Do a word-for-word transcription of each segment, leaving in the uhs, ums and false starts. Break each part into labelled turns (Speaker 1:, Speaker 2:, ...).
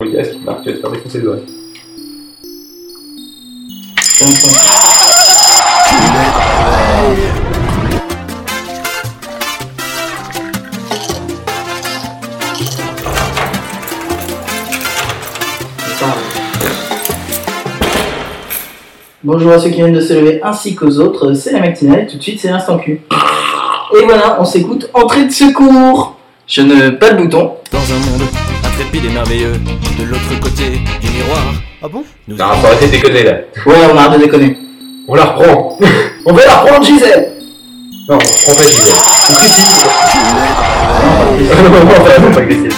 Speaker 1: Est-ce qu'il marque? Tu vas te faire défoncer le doigt.
Speaker 2: Bonjour à ceux qui viennent de se lever ainsi qu'aux autres, c'est la matinale, tout de suite c'est l'instant cul. Et voilà, on s'écoute entrée de secours. Je ne pas de bouton.
Speaker 3: Dans un monde intrépide et merveilleux, de l'autre côté du miroir. Ah bon?
Speaker 1: Non, faut arrêter de déconner là.
Speaker 2: Ouais, on arrête de déconner.
Speaker 1: On la reprend. On va la reprendre, Gisèle. Non, on reprend pas Gisèle. C'est Christine. Non, non, non, non, pas Christine.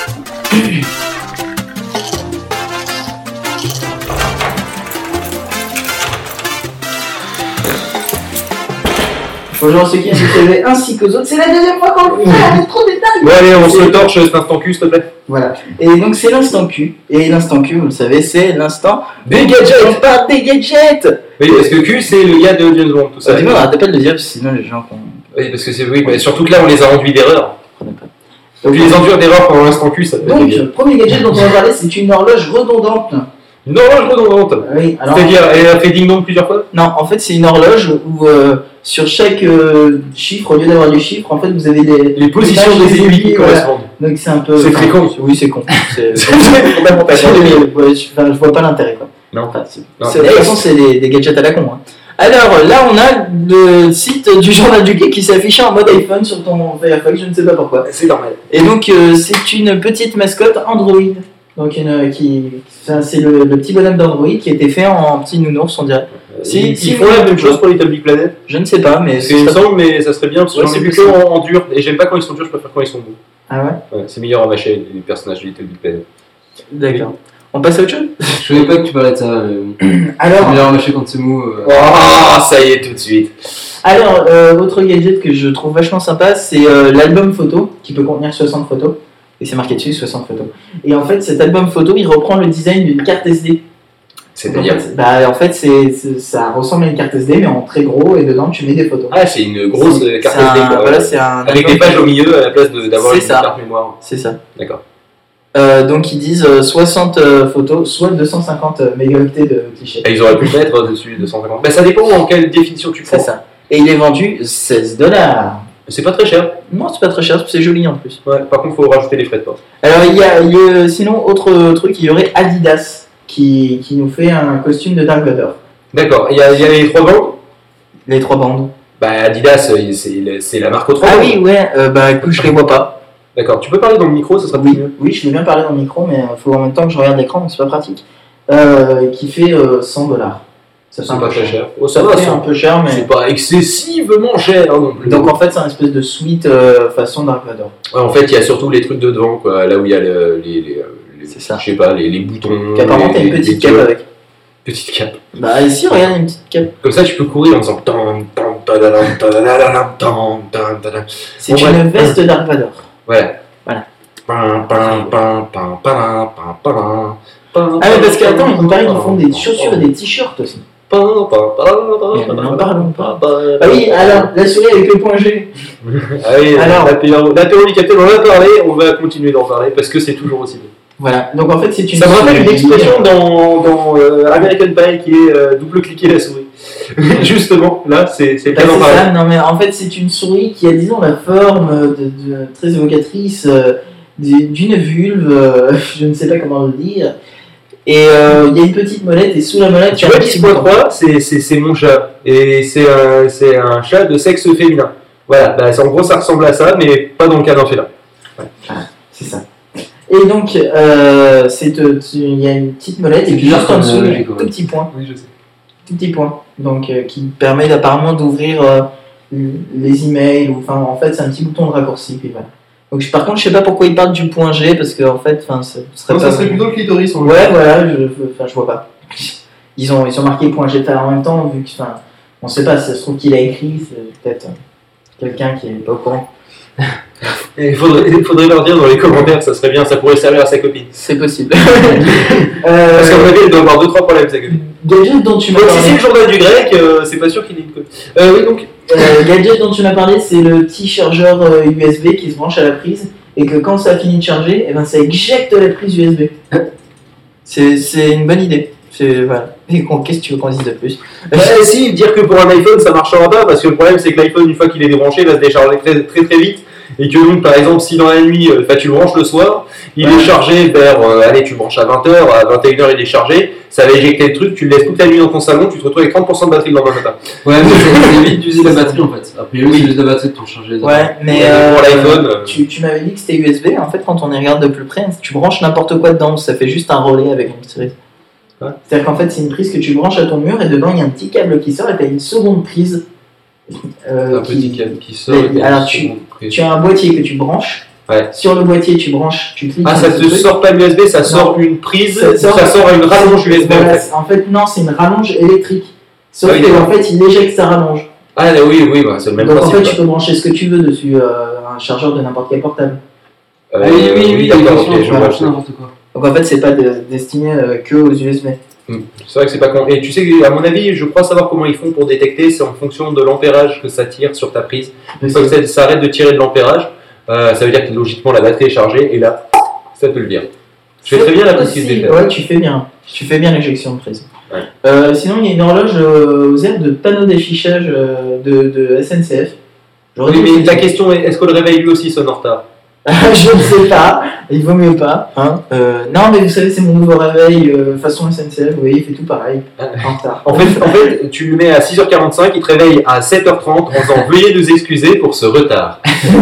Speaker 2: Bonjour à ceux qui viennent de se lever ainsi qu'aux autres, c'est la deuxième fois qu'on le fait, avec trop de détails.
Speaker 1: Bon allez, on se torche cet instant cul, s'il te plaît.
Speaker 2: Voilà, et donc c'est l'instant cul, et l'instant cul, vous le savez, c'est l'instant
Speaker 1: des gadgets.
Speaker 2: On parle des gadgets.
Speaker 1: Oui, parce que Q, c'est le gars de James Bond, tout ça.
Speaker 2: Ah, dis-moi, arrête pas de le dire, sinon les gens font...
Speaker 1: Oui, parce que c'est... Oui, mais surtout que là, on les a enduits d'erreur.
Speaker 2: Donc,
Speaker 1: Tu les endures d'erreur pendant l'instant Q, ça peut être
Speaker 2: donc
Speaker 1: bien.
Speaker 2: le premier gadget dont on va parler, c'est une horloge redondante.
Speaker 1: Une horloge redondante.
Speaker 2: Oui, alors...
Speaker 1: C'est-à-dire, elle a fait ding-dong plusieurs fois?
Speaker 2: Non, en fait, c'est une horloge où euh, sur chaque euh, chiffre, au lieu d'avoir du chiffre, en fait, vous avez des...
Speaker 1: Les positions
Speaker 2: des
Speaker 1: des aiguilles qui
Speaker 2: voilà.
Speaker 1: correspondent.
Speaker 2: Donc c'est un peu...
Speaker 1: C'est
Speaker 2: enfin,
Speaker 1: très con.
Speaker 2: Oui, c'est con. C'est
Speaker 1: C'est fondamental.
Speaker 2: ouais, je, enfin, je vois pas l'intérêt, quoi.
Speaker 1: Non.
Speaker 2: Enfin, c'est-
Speaker 1: Non.
Speaker 2: c'est- de toute façon, c'est des, des gadgets à la con. Hein. Alors là, on a le site du journal du geek qui s'affiche en mode iPhone sur ton Firefox, je ne sais pas pourquoi.
Speaker 1: C'est normal.
Speaker 2: Et donc, euh, c'est une petite mascotte Android. Donc, une, qui, enfin, c'est le, le petit bonhomme d'Android qui a été fait en petit nounours, on dirait. Si-
Speaker 1: Ils
Speaker 2: si
Speaker 1: ils font
Speaker 2: vous-
Speaker 1: la même chose pour Little Big Planet.
Speaker 2: Je ne sais pas, mais
Speaker 1: C'est il me semble, mais ça serait bien parce que
Speaker 2: Ouais,
Speaker 1: j'en ai
Speaker 2: c'est
Speaker 1: vu que
Speaker 2: possible.
Speaker 1: en, en dur. Et j'aime pas quand ils sont durs, je préfère quand ils sont beaux.
Speaker 2: Ah ouais.
Speaker 1: Ouais, c'est meilleur à mâcher les personnages de Little Big Planet.
Speaker 2: D'accord. On passe à autre chose.
Speaker 4: Je savais pas que tu parlais de ça, mais bon. C'est
Speaker 2: Alors,
Speaker 4: meilleur mâcher quand c'est mou. euh.
Speaker 1: Oh, ça y est, tout de suite.
Speaker 2: alors euh, autre gadget que je trouve vachement sympa, c'est euh, l'album photo qui peut contenir soixante photos. Et c'est marqué dessus soixante photos. Et en fait, cet album photo, il reprend le design d'une carte S D.
Speaker 1: C'est-à-dire.
Speaker 2: En fait, bah, en fait c'est, c'est- ça ressemble à une carte S D, mais en très gros, et dedans, tu mets des photos.
Speaker 1: Ah, c'est une grosse
Speaker 2: C'est-
Speaker 1: carte
Speaker 2: c'est
Speaker 1: S D.
Speaker 2: un-
Speaker 1: quoi.
Speaker 2: Voilà, c'est un
Speaker 1: Avec
Speaker 2: album
Speaker 1: des pages
Speaker 2: photo.
Speaker 1: au milieu à la place de- d'avoir
Speaker 2: C'est
Speaker 1: une
Speaker 2: ça.
Speaker 1: carte mémoire.
Speaker 2: C'est ça.
Speaker 1: D'accord.
Speaker 2: Euh, donc, ils disent euh, soixante euh, photos, soit deux cent cinquante mégaoctets de clichés.
Speaker 1: Et ils auraient pu le mettre dessus deux cent cinquante. Bah, ça dépend en quelle définition tu prends.
Speaker 2: C'est ça. Et il est vendu seize dollars.
Speaker 1: C'est pas très cher.
Speaker 2: Non, c'est pas très cher, c'est joli en plus.
Speaker 1: Ouais, par contre, il faut rajouter les frais de port.
Speaker 2: Alors, il y a, il y a- sinon, autre truc, il y aurait Adidas qui, qui nous fait un costume de Dark Vador.
Speaker 1: D'accord. Il y, a- il y a les trois bandes.
Speaker 2: Les trois bandes.
Speaker 1: Bah, Adidas, euh, c'est c'est la marque aux trois
Speaker 2: Ah
Speaker 1: bandes.
Speaker 2: oui, ouais, euh, bah écoute, je les vois pas.
Speaker 1: D'accord. Tu peux parler dans le micro, ça sera plus
Speaker 2: Oui,
Speaker 1: mieux.
Speaker 2: oui, je vais bien parler dans le micro, mais il faut en même temps que je regarde l'écran, donc c'est pas pratique. Euh, qui fait euh, cent dollars. Ça fait
Speaker 1: C'est
Speaker 2: un
Speaker 1: pas
Speaker 2: peu
Speaker 1: très cher. Oh,
Speaker 2: Ça
Speaker 1: ça va,
Speaker 2: fait
Speaker 1: c'est
Speaker 2: un peu cher, mais.
Speaker 1: c'est pas excessivement cher hein, non plus.
Speaker 2: Donc en fait, c'est un espèce de suite euh, façon Dark Vador.
Speaker 1: Ouais, en fait, il y a surtout les trucs de devant, quoi. Là où il y a le- les, les, euh, les-
Speaker 2: C'est ça.
Speaker 1: je sais pas, les, les boutons.
Speaker 2: Qu'apparemment,
Speaker 1: les-
Speaker 2: t'as une
Speaker 1: les-
Speaker 2: petite
Speaker 1: les
Speaker 2: cape
Speaker 1: gueules.
Speaker 2: avec.
Speaker 1: Petite cape.
Speaker 2: Bah, ici, regarde, il y a une petite cape.
Speaker 1: Comme ça, tu peux courir en faisant. Tan, tan, tadadam, tadadadam, tan, tan, tadam.
Speaker 2: C'est
Speaker 1: Bon,
Speaker 2: une
Speaker 1: bref.
Speaker 2: veste Dark Vador.
Speaker 1: Voilà.
Speaker 2: Voilà.
Speaker 1: Pam, pam, pam, pam, pam, pam, pam, pam,
Speaker 2: Ah, mais parce
Speaker 1: pam,
Speaker 2: qu'attends, il paraît qu'ils
Speaker 1: pam,
Speaker 2: font des
Speaker 1: pam,
Speaker 2: chaussures et des t-shirts aussi.
Speaker 1: pam, pam, pam,
Speaker 2: Mais
Speaker 1: pam,
Speaker 2: n'en
Speaker 1: pam,
Speaker 2: parlons
Speaker 1: pam,
Speaker 2: pas.
Speaker 1: pam,
Speaker 2: Ah oui, alors, la souris avec le point G.
Speaker 1: Ah oui,
Speaker 2: Alors-
Speaker 1: l'apéro l'apéro du capitaine, on en a parlé, on va continuer d'en parler parce que c'est toujours aussi bien.
Speaker 2: Voilà, donc en fait, c'est une
Speaker 1: Ça me rappelle une
Speaker 2: souris-
Speaker 1: expression dans, dans euh, American Pie qui est euh, double cliquer la souris. Justement, là, c'est c'est le
Speaker 2: Bah,
Speaker 1: cas d'en
Speaker 2: c'est
Speaker 1: parler.
Speaker 2: ça, non mais en fait c'est une souris qui a disons la forme de, de- très évocatrice euh, du- d'une vulve, euh, je ne sais pas comment le dire, et euh, il y a une petite molette et sous la molette
Speaker 1: Tu
Speaker 2: il y a
Speaker 1: vois,
Speaker 2: un petit
Speaker 1: dix point
Speaker 2: bouton.
Speaker 1: trois, c'est c'est- c'est mon chat. Et c'est un, c'est un chat de sexe féminin. Voilà, bah, ça- en gros, ça ressemble à ça, mais pas dans le cas d'un félin.
Speaker 2: C'est ça. Et donc euh, c'est, euh, tu- il y a une petite molette et
Speaker 4: C'est
Speaker 2: puis
Speaker 4: bizarre
Speaker 2: juste en
Speaker 4: comme
Speaker 2: dessous il y a
Speaker 4: analogie,
Speaker 2: un
Speaker 4: quand
Speaker 2: tout
Speaker 4: même.
Speaker 2: petit point,
Speaker 1: Oui, je sais.
Speaker 2: tout petit point, donc euh, qui permet apparemment d'ouvrir euh, les emails ou enfin en fait c'est un petit bouton de raccourci puis voilà. Donc je- par contre je sais pas pourquoi ils parlent du point G parce que en fait enfin ce serait
Speaker 5: Non,
Speaker 2: pas
Speaker 5: ça serait plutôt le clitoris. en
Speaker 2: Ouais, voilà, je, enfin, je vois pas. Ils ont, ils ont marqué point G. Enfin, en même temps, vu que, enfin, on sait pas, si ça se trouve qu'il a écrit, c'est peut-être euh, quelqu'un qui est pas au courant.
Speaker 1: Et Il faudrait, il faudrait leur dire dans les commentaires, ça serait bien, ça pourrait servir à sa copine.
Speaker 2: C'est possible.
Speaker 1: Parce qu'à mon
Speaker 2: euh,
Speaker 1: avis, elle doit avoir deux trois problèmes, sa copine.
Speaker 2: gadget dont tu m'as
Speaker 1: Donc, si c'est
Speaker 2: parlé,
Speaker 1: le journal du grec, euh, c'est pas sûr qu'il ait une copine. Euh, oui, donc.
Speaker 2: euh, gadget dont tu m'as parlé, c'est le petit chargeur euh, U S B qui se branche à la prise et que quand ça a fini de charger, et ben ça éjecte la prise U S B. C'est, c'est une bonne idée. C'est, voilà. Et qu'on- qu'est-ce que tu veux qu'on dise de plus?
Speaker 1: Ouais, si, dire que pour un iPhone ça marchera pas, parce que le problème c'est que l'iPhone, une fois qu'il est débranché, va se décharger très très, très vite. Et que donc, par exemple, si dans la nuit, enfin, tu le branches le soir, il
Speaker 2: Ouais.
Speaker 1: est chargé vers, euh, allez, tu le branches à vingt heures, à vingt et une heures il est chargé, ça va éjecter le truc, tu le laisses toute la nuit dans ton salon, tu te retrouves avec trente pour cent de batterie le lendemain matin.
Speaker 4: Ouais, mais ça évite d'user la batterie en fait. A priori, c'est juste la batterie pour charger les
Speaker 2: Ouais, mais
Speaker 1: Ouais,
Speaker 2: euh,
Speaker 1: pour l'iPhone, euh,
Speaker 2: tu, tu m'avais dit que c'était U S B. En fait, quand on y regarde de plus près, tu branches n'importe quoi dedans. Ça fait juste un relais avec une prise.
Speaker 1: Ouais.
Speaker 2: C'est-à-dire qu'en fait, c'est une prise que tu branches à ton mur et dedans il y a un petit câble qui sort et tu as une seconde prise. euh,
Speaker 4: un
Speaker 2: qui-
Speaker 4: petit câble qui sort.
Speaker 2: Mais,
Speaker 4: et qui
Speaker 2: alors,
Speaker 4: se
Speaker 2: tu-
Speaker 4: montre pris.
Speaker 2: Tu as un boîtier que tu branches.
Speaker 1: Ouais.
Speaker 2: Sur le boîtier, tu branches, tu cliques
Speaker 1: Ah,
Speaker 2: sur
Speaker 1: ça
Speaker 2: ce
Speaker 1: te
Speaker 2: truc.
Speaker 1: sort pas l'U S B, ça sort une prise,
Speaker 2: Ça
Speaker 1: ça
Speaker 2: sort-
Speaker 1: sort, une rallonge U S B.
Speaker 2: Voilà,
Speaker 1: en fait.
Speaker 2: c'est- en fait, non, c'est une rallonge électrique. Sauf
Speaker 1: Ah oui,
Speaker 2: que
Speaker 1: d'accord.
Speaker 2: en fait, il éjecte sa rallonge.
Speaker 1: Ah oui, oui, bah, c'est le même
Speaker 2: Donc en
Speaker 1: principe.
Speaker 2: fait,
Speaker 1: quoi.
Speaker 2: tu peux brancher ce que tu veux dessus, euh, un chargeur de n'importe quel portable.
Speaker 1: Euh,
Speaker 4: Ah oui, oui, oui,
Speaker 1: d'accord,
Speaker 4: d'accord,
Speaker 1: ok, je
Speaker 4: je
Speaker 1: vois.
Speaker 4: vois
Speaker 1: je-
Speaker 4: n'importe quoi.
Speaker 2: Donc en fait, c'est pas de- destiné euh, que aux U S B.
Speaker 1: C'est vrai que c'est pas con. Et tu sais, à mon avis, je crois savoir comment ils font pour détecter, c'est en fonction de l'ampérage que ça tire sur ta prise. Une fois que ça, ça arrête de tirer de l'ampérage, euh, ça veut dire que logiquement la batterie est chargée et là, ça te le vire. Je fais très bien la prise qui se
Speaker 2: Aussi,
Speaker 1: défait.
Speaker 2: Ouais, tu fais bien. Tu fais bien l'éjection de prise.
Speaker 1: Ouais.
Speaker 2: Euh, sinon, il y a une horloge euh, aux airs de panneau d'affichage euh, de, de S N C F. J'aurais
Speaker 1: Oui,
Speaker 2: dit
Speaker 1: mais
Speaker 2: que
Speaker 1: la
Speaker 2: c'était-
Speaker 1: question est, est-ce que le réveil lui aussi sonne en retard?
Speaker 2: Je ne sais pas, il vaut mieux pas. Hein. Euh, non, mais vous savez, c'est mon nouveau réveil euh, façon S N C F, vous voyez, il fait tout pareil, en retard.
Speaker 1: En fait, en fait, tu le mets à six heures quarante-cinq, il te réveille à sept heures trente en disant veuillez nous excuser pour ce retard.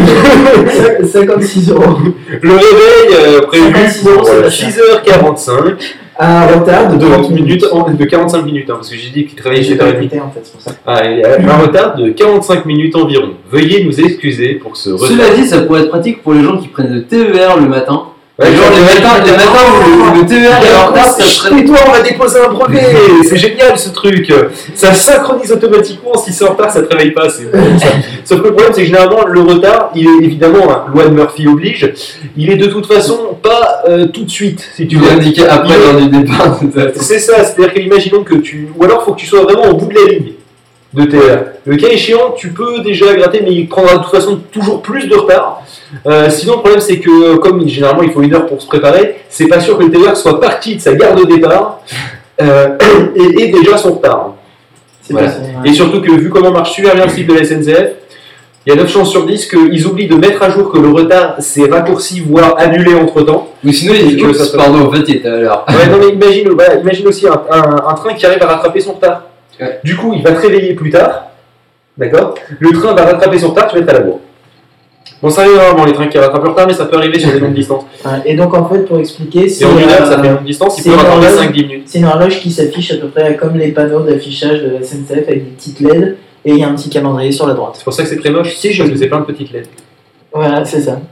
Speaker 2: cinquante-six euros.
Speaker 1: Le réveil euh, prévu
Speaker 2: cinquante-six euros,
Speaker 1: pour
Speaker 2: c'est
Speaker 1: euh,
Speaker 2: pas cher.
Speaker 1: six heures quarante-cinq,
Speaker 2: Un retard de
Speaker 1: de
Speaker 2: trente
Speaker 1: vingt minutes, en- de quarante-cinq minutes, hein, parce que j'ai dit qu'il te réveillait
Speaker 2: J'ai
Speaker 1: sept
Speaker 2: pas
Speaker 1: heures trente.
Speaker 2: écouté en fait, c'est pour ça.
Speaker 1: Ah, et, euh, un retard de quarante-cinq minutes environ. Veuillez nous excuser pour ce retard.
Speaker 4: Cela dit, ça pourrait être pratique pour les gens qui prennent le T E R le matin.
Speaker 1: Ouais,
Speaker 4: genre les matins, les matins où le, le T E R est en retard, ça serait.
Speaker 1: Et toi, on va déposer un brevet. C'est génial ce truc. Ça synchronise automatiquement. Si c'est en retard, ça te réveille pas. C'est bon, ça. Sauf que le problème, c'est que généralement, le retard, il est évidemment, hein, loi de Murphy oblige, il est de toute façon pas euh, tout de suite. Si tu
Speaker 4: Tu l'as
Speaker 1: veux.
Speaker 4: indiqué après
Speaker 1: Il est-
Speaker 4: l'heure du départ. tout à fait.
Speaker 1: C'est ça, c'est-à-dire qu'imaginons que tu. Ou alors, il faut que tu sois vraiment au bout de la ligne de T R. Le cas échéant, tu peux déjà gratter, mais il prendra de toute façon toujours plus de retard. Euh, sinon, le problème, c'est que, comme généralement il faut une heure pour se préparer, c'est pas sûr que le T R soit parti de sa gare de départ euh, et, et déjà son retard.
Speaker 2: C'est
Speaker 1: Voilà.
Speaker 2: pas ça, ouais.
Speaker 1: Et surtout que, vu comment marche super bien le site de la S N C F, il y a neuf chances sur dix qu'ils oublient de mettre à jour que le retard s'est raccourci, voire annulé entre temps.
Speaker 4: Ou sinon, il dit
Speaker 1: Que
Speaker 4: que
Speaker 1: ça se-
Speaker 4: pardon, en fait, il était à l'heure.
Speaker 1: Ouais, non, mais imagine, voilà, imagine aussi un, un- un train qui arrive à rattraper son retard.
Speaker 4: Ouais.
Speaker 1: Du coup, il va te réveiller plus tard. D'accord. Le train va rattraper son retard, tu vas être à la bourre. Bon, ça arrive rarement les trains qui rattrapent le retard, mais ça peut arriver sur des longues distances.
Speaker 2: Ouais, et donc en fait, pour expliquer, c'est
Speaker 1: Et en une heure, ça
Speaker 2: euh,
Speaker 1: fait une longue distance, il
Speaker 2: c'est
Speaker 1: peut
Speaker 2: une
Speaker 1: rattraper
Speaker 2: horloge.
Speaker 1: cinq dix minutes.
Speaker 2: c'est une horloge qui s'affiche à peu près comme les panneaux d'affichage de la S N C F avec des petites L E D et il y a un petit calendrier sur la droite.
Speaker 1: C'est pour ça que c'est très moche,
Speaker 2: C'est
Speaker 1: parce
Speaker 2: joli.
Speaker 1: que c'est plein de petites lettres.
Speaker 2: Voilà, c'est ça.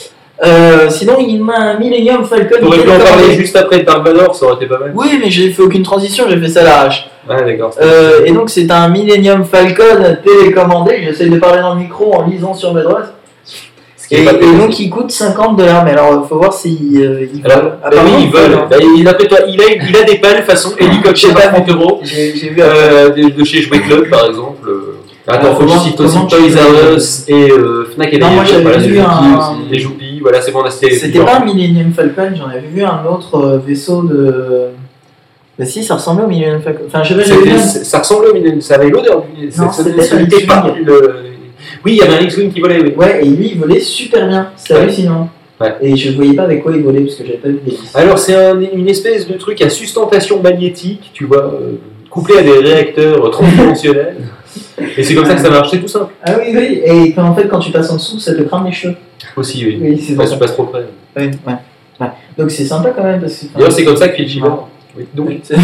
Speaker 2: Euh, sinon, il y a un Millennium Falcon.
Speaker 1: T'aurais
Speaker 2: qui
Speaker 1: pu
Speaker 2: est
Speaker 1: en parler
Speaker 2: commandé.
Speaker 1: juste après Dark Vador, ça aurait été pas mal.
Speaker 2: Oui, mais j'ai fait aucune transition, j'ai fait ça à l'arrache.
Speaker 1: Ouais, d'accord.
Speaker 2: Euh, et donc, c'est un Millennium Falcon télécommandé. J'essaie de parler dans le micro en lisant sur ma droite.
Speaker 1: Ce qui
Speaker 2: Et,
Speaker 1: est pas
Speaker 2: et
Speaker 1: possible.
Speaker 2: donc, il coûte cinquante dollars. Mais alors, il faut voir s'il euh, il
Speaker 1: Alors,
Speaker 2: vole.
Speaker 1: bah
Speaker 2: Apparemment,
Speaker 1: oui, ils veulent.
Speaker 2: hein.
Speaker 1: Bah, il, d'après toi, il a, il a des pales façon hélicoptère à trente euros.
Speaker 2: J'ai j'ai vu
Speaker 1: Euh, de, de chez Jouet Club, par exemple. Euh, Attends,
Speaker 2: Alors,
Speaker 1: faut que je
Speaker 2: comment-
Speaker 1: cite aussi
Speaker 2: comment tu
Speaker 1: Toys
Speaker 2: fais-
Speaker 1: R Us et euh, Fnac et
Speaker 2: Non, moi,
Speaker 1: des
Speaker 2: j'avais
Speaker 1: voilà,
Speaker 2: vu
Speaker 1: des
Speaker 2: un-
Speaker 1: Joupies aussi. Des Joupies, voilà, c'est bon, là, c'était.
Speaker 2: C'était pas un Millennium Falcon, j'en avais vu un autre euh, vaisseau de. Bah si, ça ressemblait au Millennium Falcon. Enfin, je sais pas, j'avais vu
Speaker 1: C'était-
Speaker 2: un-
Speaker 1: Ça ressemblait au Millennium, ça avait l'odeur du
Speaker 2: Non,
Speaker 1: ça-
Speaker 2: c'était
Speaker 1: ça
Speaker 2: un
Speaker 1: n'était
Speaker 2: X-Wing.
Speaker 1: pas le- Oui, il y avait un X-Wing qui volait, oui.
Speaker 2: Ouais, et lui, il volait super bien. C'était
Speaker 1: Ouais.
Speaker 2: hallucinant.
Speaker 1: Ouais.
Speaker 2: Et je voyais pas avec quoi il volait parce que j'avais pas vu des listes.
Speaker 1: Alors, c'est un- une espèce de truc à sustentation magnétique, tu vois, euh, couplé à des réacteurs transdimensionnels. Et c'est comme ça que ça marche, c'est tout simple.
Speaker 2: Ah oui, oui, et quand, en fait, quand tu passes en dessous, ça te crame les cheveux.
Speaker 1: Aussi, oui.
Speaker 2: Oui, c'est
Speaker 1: Enfin,
Speaker 2: ça.
Speaker 1: tu passes trop près.
Speaker 2: Ouais, ouais, ouais. Donc c'est sympa quand même parce que.
Speaker 1: D'ailleurs, c'est comme ça que Phil Schiller. Oui, donc,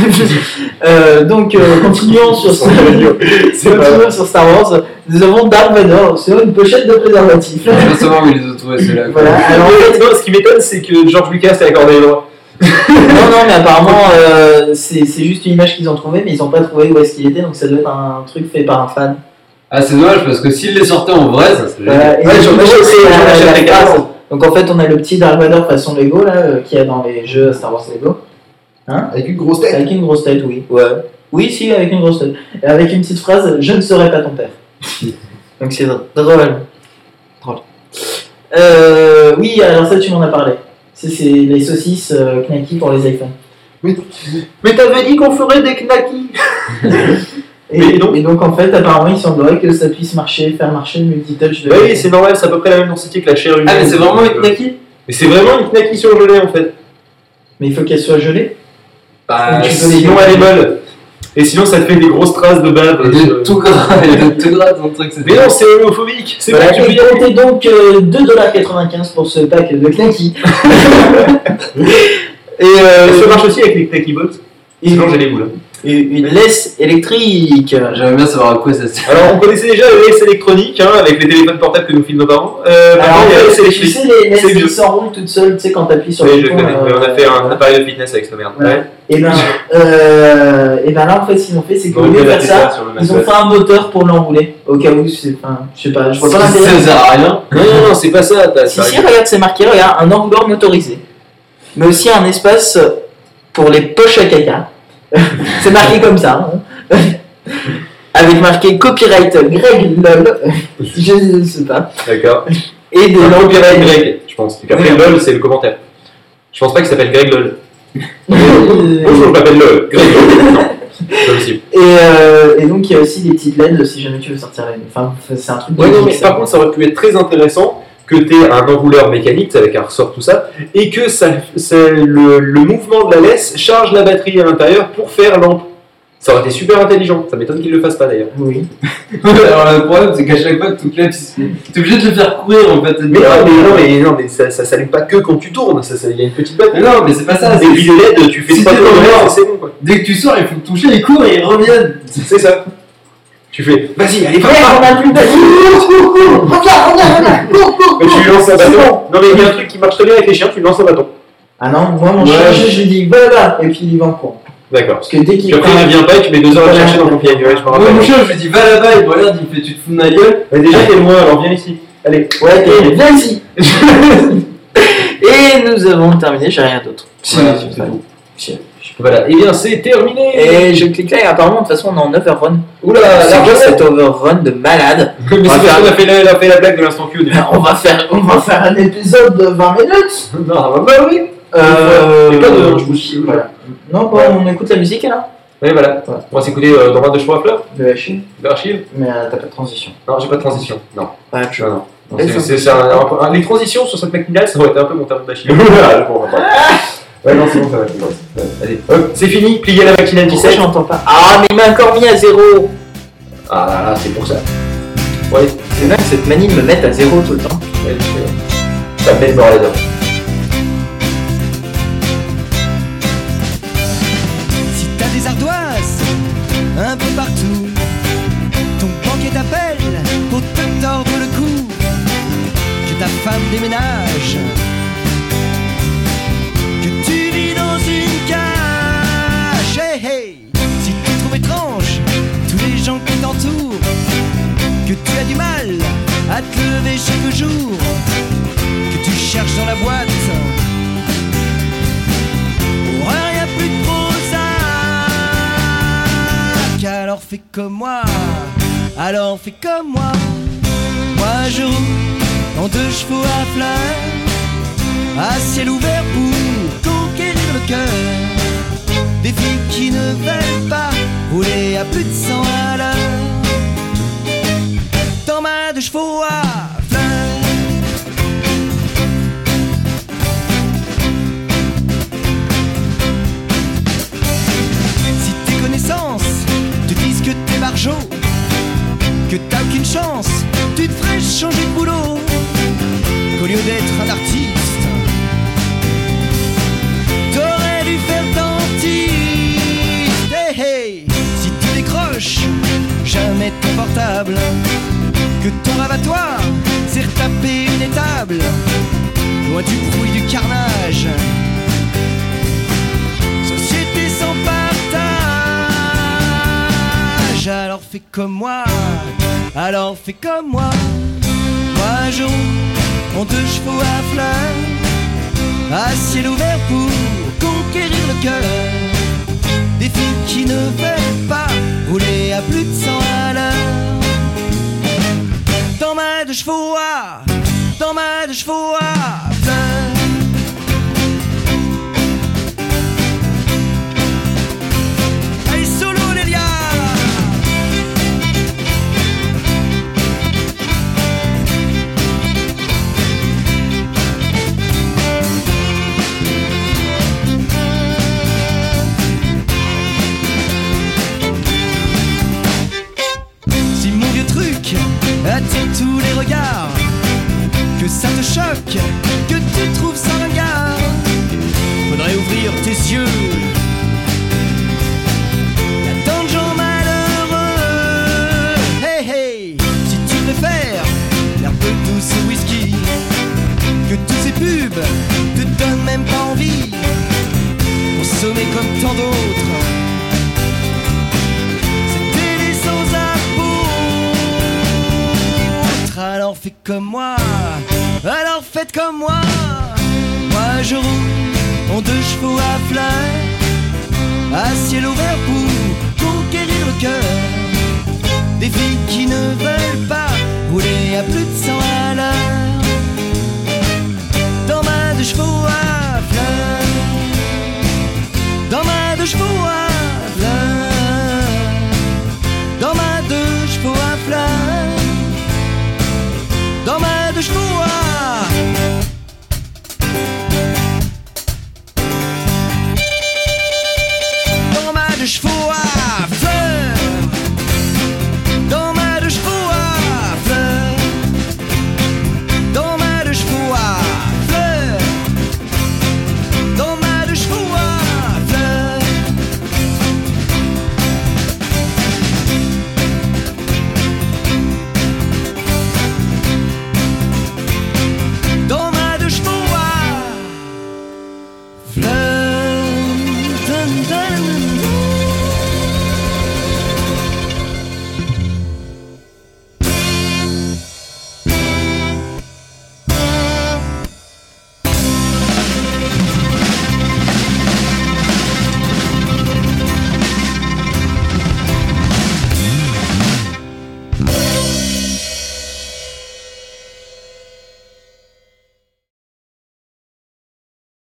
Speaker 2: Euh, donc euh, continuons sur ce...
Speaker 1: c'est pas
Speaker 2: continuons sur Star Wars. Nous avons Dark Vador sur une pochette de préservatif.
Speaker 4: Je veux savoir où ils les ont trouvés ceux-là.
Speaker 2: Voilà. Alors,
Speaker 1: Alors, non, ce qui m'étonne, c'est que George Lucas a accordé les droits.
Speaker 2: non, non, mais apparemment, euh, c'est c'est juste une image qu'ils ont trouvée, mais ils n'ont pas trouvé où est-ce qu'il était, donc ça doit être un truc fait par un fan.
Speaker 4: Ah, c'est dommage parce que s'ils les sortaient en vrai, ça serait génial.
Speaker 2: Voilà. Et
Speaker 1: Ouais,
Speaker 2: donc,
Speaker 1: j'en
Speaker 2: en gros,
Speaker 1: achèterais-
Speaker 2: c'est
Speaker 1: j'en
Speaker 2: la- la
Speaker 1: achèterais
Speaker 2: phrase.
Speaker 1: carrément.
Speaker 2: Donc en fait, on a le petit Dark Vador façon Lego là, euh, qu'il y a dans les jeux Star Wars Lego.
Speaker 5: Avec une grosse tête.
Speaker 2: Avec une grosse tête, oui. Ouais. Oui, si, avec une grosse tête. Et avec une petite phrase, je ne serai pas ton père. Donc c'est drôle. Drôle. Euh, oui, alors ça tu m'en as parlé. C'est, c'est les saucisses euh, knacky pour les iPhones.
Speaker 1: Mais t'avais dit qu'on ferait des knackis.
Speaker 2: Et,
Speaker 1: Mais donc
Speaker 2: et donc en fait, apparemment, il semblerait que ça puisse marcher, faire marcher le multitouch de.
Speaker 1: Bah oui, c'est normal, c'est à peu près la même densité que la chair humaine.
Speaker 4: Ah, mais c'est vraiment une knacky?
Speaker 1: Mais c'est vraiment une knacky surgelée en fait.
Speaker 2: Mais il faut qu'elle soit gelée.
Speaker 4: Bah,
Speaker 2: Tu peux les-
Speaker 1: Sinon elle est molle. Et sinon ça te fait des grosses traces de bave.
Speaker 4: il est
Speaker 1: sur-
Speaker 4: tout gras, il est tout gras ton truc, c'est
Speaker 1: Mais non, c'est homophobique. C'est
Speaker 2: Voilà,
Speaker 1: pas que tu
Speaker 2: et
Speaker 1: peux y aller.
Speaker 2: comptez donc euh, deux dollars quatre-vingt-quinze pour ce pack de knacky. Et euh,
Speaker 1: Ça marche aussi avec les knacky box.
Speaker 2: et-
Speaker 1: Sinon j'ai les boules.
Speaker 2: une une laisse électrique.
Speaker 4: J'aimerais bien savoir à quoi ça sert.
Speaker 1: Alors on connaissait déjà les laisses électroniques hein, avec les téléphones portables que nous filent nos parents. Euh, maintenant
Speaker 2: Alors,
Speaker 1: il y a les laisses
Speaker 2: tu
Speaker 1: électriques.
Speaker 2: sais, les laisses
Speaker 1: C'est vieux.
Speaker 2: qui s'enroulent toutes seules, tu sais, quand t'appuies sur
Speaker 1: Oui,
Speaker 2: le
Speaker 1: je
Speaker 2: bouton.
Speaker 1: connais. Mais on a fait un appareil de fitness avec cette merde.
Speaker 2: Voilà.
Speaker 1: Ouais.
Speaker 2: Et ben, euh, et ben là, en fait, ce qu'ils ont fait, c'est qu'au
Speaker 1: Donc,
Speaker 2: lieu
Speaker 1: on
Speaker 2: de
Speaker 1: a
Speaker 2: faire
Speaker 1: fait
Speaker 2: ça,
Speaker 1: sur le
Speaker 2: ils ont
Speaker 1: Mac
Speaker 2: fait un moteur pour l'enrouler. Au cas où, c'est, enfin, je sais pas, je vois pas
Speaker 4: Ça
Speaker 2: l'intérêt.
Speaker 4: sert à rien.
Speaker 1: Non, non, non, c'est pas ça. t'as-
Speaker 2: Si,
Speaker 1: t'as-
Speaker 2: si, regarde, c'est marqué, regarde, un enrouleur motorisé. Mais aussi un espace pour les poches à caca. C'est marqué comme ça. Hein. Avec marqué copyright Greg lol. Je ne sais pas.
Speaker 1: D'accord.
Speaker 2: Et des
Speaker 1: Un
Speaker 2: langues
Speaker 1: copyright Greg, je pense. Et puis après
Speaker 2: Oui.
Speaker 1: LOL, c'est le commentaire. Je pense pas qu'il s'appelle Greg LOL.
Speaker 2: Euh,
Speaker 1: Bonjour, je m'appelle LOL. Greg LOL. Non, c'est pas possible.
Speaker 2: Et, euh, et donc il y a aussi des petites L E D si jamais tu veux sortir la L E D. Enfin, c'est un truc.
Speaker 1: Ouais, non, mais
Speaker 2: ça.
Speaker 1: par contre, ça aurait pu être très intéressant que tu aies un enrouleur mécanique avec un ressort, tout ça, et que ça, ça- le, le mouvement de la laisse charge la batterie à l'intérieur pour faire lampe. Ça aurait été super intelligent. Ça m'étonne qu'ils le fassent pas d'ailleurs.
Speaker 2: Oui.
Speaker 4: Alors le problème, c'est qu'à chaque fois que tu claques, t'es obligé de le faire courir en fait.
Speaker 1: Mais non, mais, non, mais, non, mais ça, ça s'allume pas que quand tu tournes. Ça, ça- il y a une petite batterie.
Speaker 4: Mais non, mais c'est pas ça.
Speaker 1: Et
Speaker 4: c'est-
Speaker 1: puis les L E D, tu fais
Speaker 4: Si
Speaker 1: pas
Speaker 4: t'es
Speaker 1: de
Speaker 4: dans le
Speaker 1: tourner,
Speaker 4: noir.
Speaker 1: c'est bon quoi.
Speaker 4: Dès que tu sors, il faut le toucher, il court et il revient.
Speaker 1: C'est ça. Tu fais, vas-y, allez,
Speaker 2: Frère, on a plus de batterie. Regarde, regarde, regarde. Cours, cours,
Speaker 1: Mais tu lui lances un
Speaker 2: C'est
Speaker 1: bâton.
Speaker 2: bon.
Speaker 1: Non, mais il y a un truc qui marche très bien avec les chiens, tu lui lances un bâton.
Speaker 2: Ah non, moi mon
Speaker 4: Ouais.
Speaker 2: chien, je, je lui dis va là, et puis il y va en courant.
Speaker 1: D'accord.
Speaker 2: Parce que dès qu'il
Speaker 1: Puis après, il vient pas et tu mets deux heures à le chercher dans ton pied. Ouais, je me
Speaker 4: Moi,
Speaker 1: rappelle.
Speaker 4: mon chien, je lui dis va là-bas, il me regarde, il me fait tu te fous de ma gueule.
Speaker 1: Mais déjà, t'es loin, alors viens ici. Allez.
Speaker 2: Ouais, t'es viens ici. Et nous avons terminé, j'ai rien d'autre.
Speaker 1: Voilà,
Speaker 2: Si,
Speaker 1: c'est
Speaker 2: voilà.
Speaker 1: tout. Voilà, et bien c'est terminé.
Speaker 2: Et je clique là et apparemment de toute façon on est en overrun.
Speaker 1: Oula,
Speaker 2: C'est
Speaker 1: la
Speaker 2: quoi
Speaker 1: recette.
Speaker 2: cet overrun de malade?
Speaker 1: Mais c'est parce qu'on a fait la, on a fait la blague de l'instant Q au début.
Speaker 2: On va faire, on va faire un épisode de vingt minutes.
Speaker 1: Non, bah oui.
Speaker 2: Euh,
Speaker 1: Et pas de-
Speaker 2: je vous suis, voilà. Non, bon, on écoute la musique alors?
Speaker 1: Oui, voilà.
Speaker 2: Ouais.
Speaker 1: On va s'écouter euh, dans vingt de chevaux à fleurs,
Speaker 2: De la Chine.
Speaker 1: d'archives.
Speaker 2: Mais euh, t'as pas de transition.
Speaker 1: Non, j'ai pas de transition. Non.
Speaker 2: Ouais,
Speaker 1: Je non. non.
Speaker 2: Et
Speaker 1: C'est-
Speaker 2: ça.
Speaker 1: c'est- c'est un- un- un- les transitions sur cette machinale, ça aurait été un peu mon terme d'Achille. Ouais, non, c'est bon, ça va. c'est bon. Ouais, Allez, hop, c'est fini. Pliez la machinale
Speaker 2: Pourquoi
Speaker 1: dix-sept.
Speaker 2: je n'entends pas? Ah, mais il m'a encore mis à zéro.
Speaker 1: Ah là là, c'est pour ça. Ouais,
Speaker 2: C'est dingue, cette manie de me mettre à zéro tout le temps.
Speaker 1: ouais, je- ça me met le bord les dents.
Speaker 6: Si t'as des ardoises un peu partout, ton banquier t'appelle pour te tordre le cou, que ta femme déménage, que tu vis dans une cage, hey, hey. Si tu trouves étrange tous les gens qui t'entourent, que tu as du mal à te lever chaque jour, que tu cherches dans la boîte, pour un y a plus de Prozac. Alors fais comme moi, alors fais comme moi. Moi je roule en deux chevaux à fleurs, à ciel ouvert pour conquérir le cœur des filles qui ne veulent pas rouler à plus de cent à l'heure. Dans ma deux chevaux à fleurs. Si tes connaissances te disent que t'es barjot, que t'as aucune chance, tu te ferais changer de boulot, qu'au lieu d'être un artiste, t'aurais dû faire dentiste. Hey, hey. Si tu décroches jamais ton portable, que ton rêve à toi, c'est retaper une étable, loin du bruit du carnage, société sans partage. Alors fais comme moi, alors fais comme moi. Moi je roule en deux chevaux à fleurs, à ciel ouvert pour conquérir le cœur des filles qui ne veulent pas rouler à plus de cent à l'heure. Dans ma deux chevaux à, dans ma deux chevaux yeux. Y'a tant de gens malheureux. Hey hey, si tu préfères l'herbe douce au whisky, que tous ces pubs te donnent même pas envie, consommer comme tant d'autres. C'était les sans apôtres. Alors fais comme moi, alors faites comme moi. Moi je roule en deux chevaux à flamme.